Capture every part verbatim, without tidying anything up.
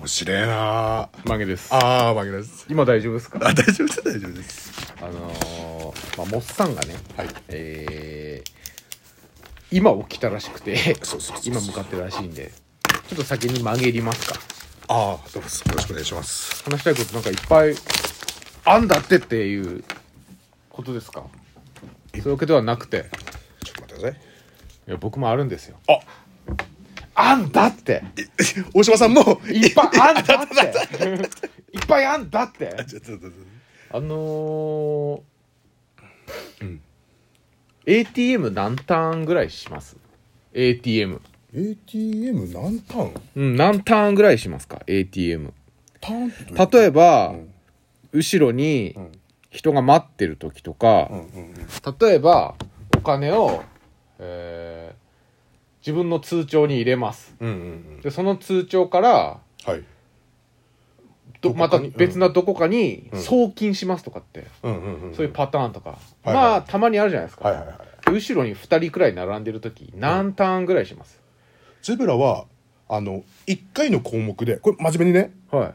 面白いな。 曲げです。 ああ、曲げです。 今大丈夫ですか？ あ、大丈夫です、大丈夫です。 あのー、まあモッさんがね、 はい、 えー、今起きたらしくてそうそうそうそう、 今向かってるらしいんで、ちょっと先に曲げりますか。 ああ、どうもよろしくお願いします。 話したいことなんかいっぱいあんだってっていうことですか？そういうわけではなくて、 ちょっと待ってください。 いや僕もあるんですよ。 あ、 あんだって大島さんもいっぱいあんだっていっぱいあんだってちょっとあのーうん、 エーティーエム 何ターンぐらいします？ エーティーエムエーティーエム 何ターン？ うん何ターンぐらいしますか？ エーティーエムターンってどういうこと？ 例えば、 うん、 後ろにうん人が待ってる時とか、 うんうんうん、 例えばお金を、えー自分の通帳に入れます、 うんうんうん、 でその通帳から、 はい、 どまた別などこかに送金しますとかって、 うんうんうんうん、 そういうパターンとか、 はいはい、 まあたまにあるじゃないですか、 はいはいはい、 後ろにふたりくらい並んでる時何ターンぐらいします？ ゼブラはあのいっかいの項目でこれ真面目にね、 はい、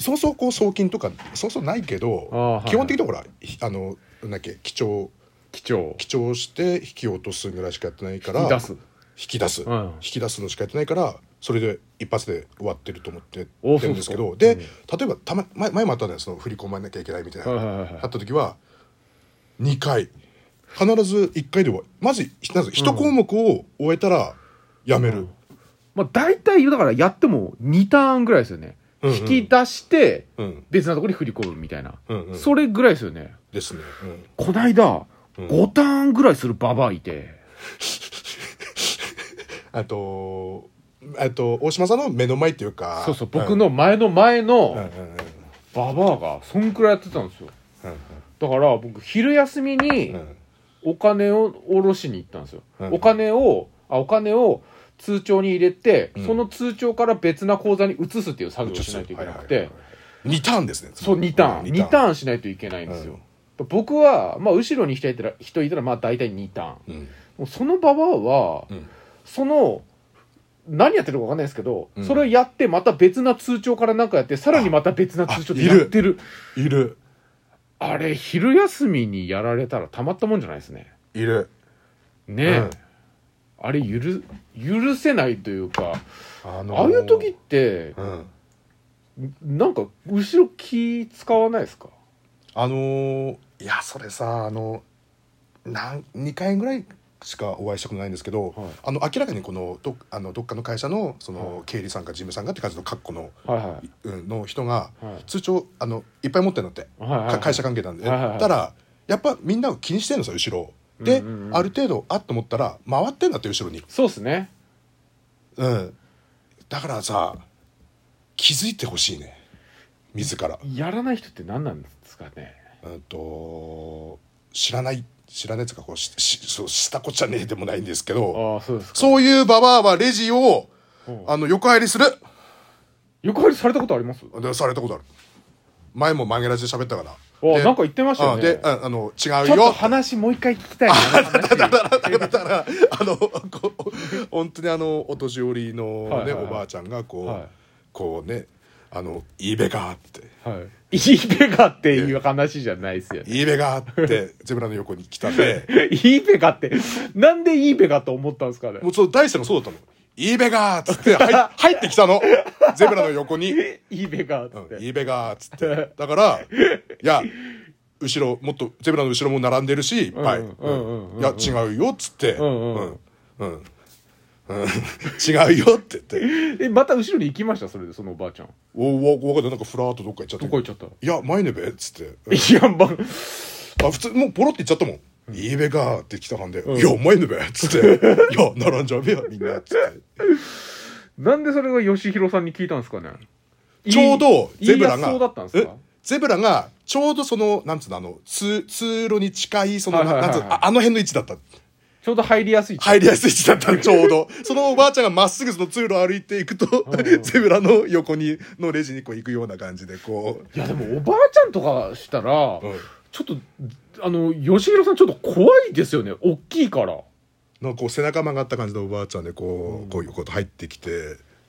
そうそうこう送金とかそうそうないけど、 はいはい、 基本的にはほらあのなんだっけ記帳記帳記帳して引き落とすぐらいしかやってないから引き出す引き出す、うん、引き出すのしかやってないからそれで一発で終わってると思ってるんですけど、で、うん、例えばた、ま、前, 前もあったんだよ、その振り込まなきゃいけないみたいな、はいはいはい、あった時はにかい必ずいっかいで終わる。まずいち項目を終えたらやめる、うん、 まあ大体だからやってもにターンぐらいですよね、うんうん、引き出して別なところに振り込むみたいな、うんうん、それぐらいですよね。 ですね、うん、 こないだごターンぐらいするババアいてあとあと大島さんの目の前っていうか、 そうそう、僕の前の前のババアがそんくらいやってたんですよ、うんうん、だから僕昼休みにお金を下ろしに行ったんですよ、うんうん、お金をあお金を通帳に入れて、うん、その通帳から別な口座に移すっていう作業をしないといけなくて、はいはいはい、 にターンですね。 そうにターン、うん、にターンしないといけないんですよ、うん、僕は、まあ、後ろに人いたら人いたらまあ大体にターン、うん、もうそのババアは、うん、その何やってるか分かんないですけど、うん、それをやってまた別な通帳から何かやってさらにまた別な通帳でやってるいるいる。 あれ昼休みにやられたらたまったもんじゃないですね。 いるねえ、うん、あれ許許せないというか、あのー、ああいう時って、うん、なんか後ろ気使わないですか？ あのー、いやそれさあのなんにかいぐらいしかお会いしたことないんですけど、はい、あの明らかにこの ど, あのどっかの会社のその、はい、経理さんか事務さんかって感じの括弧の、はいはい、うん、の人が、はい、通帳あのいっぱい持ってるのって、はいはいはい、会社関係なんで、はいはいはい、たらやっぱみんな気にしてるんですよ後ろで、うんうんうん、ある程度あっと思ったら回ってんだって後ろに。 そうですね、 うん、だからさ気づいてほしいね自ら。 やらない人って何なんですかね。 うんと知らない知らないつかこうししそうしたこっちゃねえでもないんですけど、 あ、そうですか。 そういうババアはレジを、うん、あの横入りする。 横入りされたことあります？ でされたことある。前も曲げラジで喋ったから。 あ、なんか言ってましたよね。 で、ああの違うよ。 ちょっと話もう一回聞きたいな。 だからだからあのこう本当にあのお年寄りのね、はいはいはい、おばあちゃんがこう、はい、こうねあのいいべかって。はい。 いいべかっていう話じゃないですよね。 いいべかってゼブラの横に来たんで。 いいべかってなんでいいべかと思ったんですかね。 もうそう大輔がそうだったの。いいべかっつって入, 入ってきたの。ゼブラの横に。 いいべかっつって。 うん、いいべかっつって。だからいや後ろもっとゼブラの後ろも並んでるしいっぱい。いや違うよっつって。うんうんうんうん、違うよって言って。 えまた後ろに行きましたそれでそのおばあちゃん。 おお分かってなんかふらーっとどっか行っちゃった。 どこ行っちゃった？ いや前ねべっつって。 うん、いやまあ普通もうポロって言っちゃったもん。うん、いいべかって来たはんで、うん、いや前ねべっつって。いや並んじゃうべやみんなっつって。 なんでそれが吉弘さんに聞いたんですかね。 ちょうどゼブラがそうだったんですか。 ゼブラがちょうどそのなんつうのあの通通路に近いその、はいはいはいはい、なんつうの あ, あの辺の位置だった。 ちょうど入りやすい入りやすい位置だったのちょうどそのおばあちゃんがまっすぐその通路を歩いていくとゼブラの横にのレジにこう行くような感じでこう。 いやでもおばあちゃんとかしたら、うん、ちょっとあの吉弘さんちょっと怖いですよね。大きいからなんかこう背中曲がった感じのおばあちゃんでこう、うん、こういうこと入ってきて